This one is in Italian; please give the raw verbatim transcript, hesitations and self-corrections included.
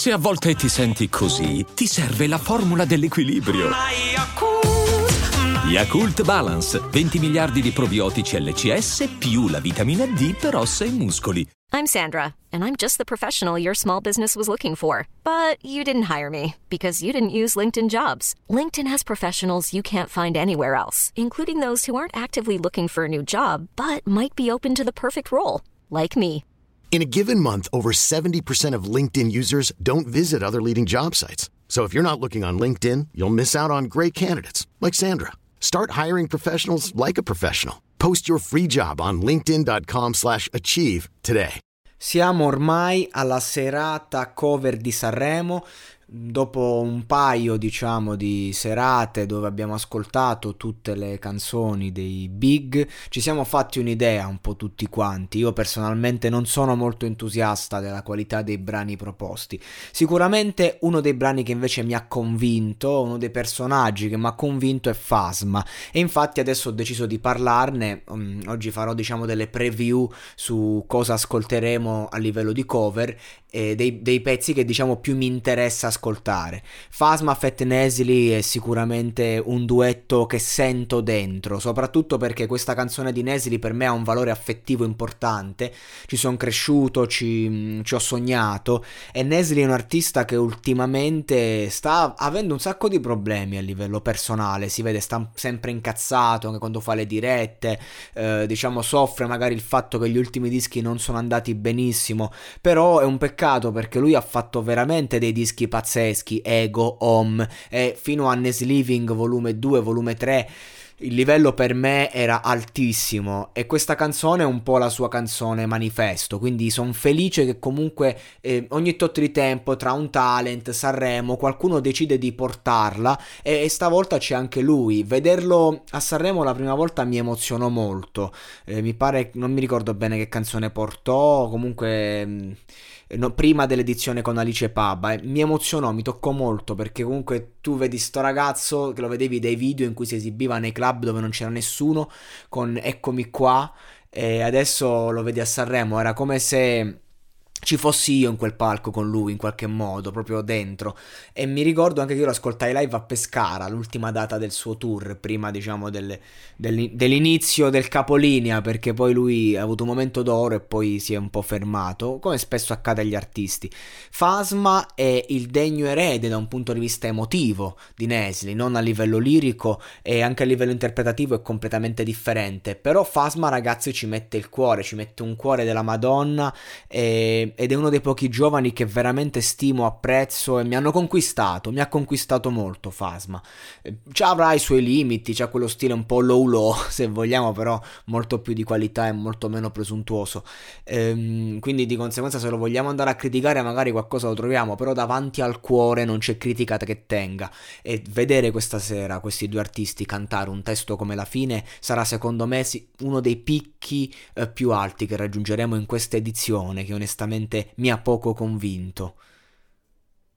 Se a volte ti senti così, ti serve la formula dell'equilibrio. Yakult Balance, venti miliardi di probiotici L C S più la vitamina D per ossa e muscoli. I'm Sandra, and I'm just the professional your small business was looking for. But you didn't hire me because you didn't use LinkedIn Jobs. LinkedIn has professionals you can't find anywhere else, including those who aren't actively looking for a new job, but might be open to the perfect role, like me. In a given month, over seventy percent of LinkedIn users don't visit other leading job sites. So if you're not looking on LinkedIn, you'll miss out on great candidates like Sandra. Start hiring professionals like a professional. Post your free job on linkedin.com slash achieve today. Siamo ormai alla serata cover di Sanremo. Dopo un paio, diciamo, di serate dove abbiamo ascoltato tutte le canzoni dei Big, ci siamo fatti un'idea un po' tutti quanti. Io personalmente non sono molto entusiasta della qualità dei brani proposti. Sicuramente uno dei brani che invece mi ha convinto, uno dei personaggi che mi ha convinto è Phasma, e infatti adesso ho deciso di parlarne. Um, oggi farò, diciamo, delle preview su cosa ascolteremo a livello di cover e dei, dei pezzi che, diciamo, più mi interessa ascoltare. Phasma Fat Nesli è sicuramente un duetto che sento dentro, soprattutto perché questa canzone di Nesli per me ha un valore affettivo importante. Ci sono cresciuto, ci, ci ho sognato, e Nesli è un artista che ultimamente sta avendo un sacco di problemi a livello personale. Si vede, sta sempre incazzato anche quando fa le dirette, eh, diciamo soffre magari il fatto che gli ultimi dischi non sono andati benissimo, però è un peccato perché lui ha fatto veramente dei dischi pazzeschi, Ego, Home, e fino a Nesliving volume due, volume tre il livello per me era altissimo, e questa canzone è un po' la sua canzone manifesto, quindi sono felice che comunque eh, ogni tot di tempo tra un talent, Sanremo, qualcuno decide di portarla, e, e stavolta c'è anche lui. Vederlo a Sanremo la prima volta mi emozionò molto, eh, mi pare, non mi ricordo bene che canzone portò, comunque mh, no, prima dell'edizione con Alice Paba, eh, mi emozionò, mi toccò molto, perché comunque tu vedi sto ragazzo che lo vedevi dai video in cui si esibiva nei club dove non c'era nessuno, con Eccomi qua, e adesso lo vedi a Sanremo. Era come se ci fossi io in quel palco con lui, in qualche modo, proprio dentro. E mi ricordo anche che io lo ascoltai live a Pescara, l'ultima data del suo tour, prima, diciamo, del, del, dell'inizio del capolinea, perché poi lui ha avuto un momento d'oro e poi si è un po' fermato, come spesso accade agli artisti. Phasma è il degno erede da un punto di vista emotivo di Nesli, non a livello lirico, e anche a livello interpretativo è completamente differente. Però Phasma, ragazzi, ci mette il cuore, ci mette un cuore della Madonna, e ed è uno dei pochi giovani che veramente stimo, apprezzo, e mi hanno conquistato, mi ha conquistato molto Phasma. Già avrà i suoi limiti, c'ha quello stile un po' low low se vogliamo, però molto più di qualità e molto meno presuntuoso, ehm, quindi di conseguenza se lo vogliamo andare a criticare magari qualcosa lo troviamo, però davanti al cuore non c'è critica che tenga. E vedere questa sera questi due artisti cantare un testo come La Fine sarà, secondo me, uno dei picchi eh, più alti che raggiungeremo in questa edizione, che onestamente mi ha poco convinto.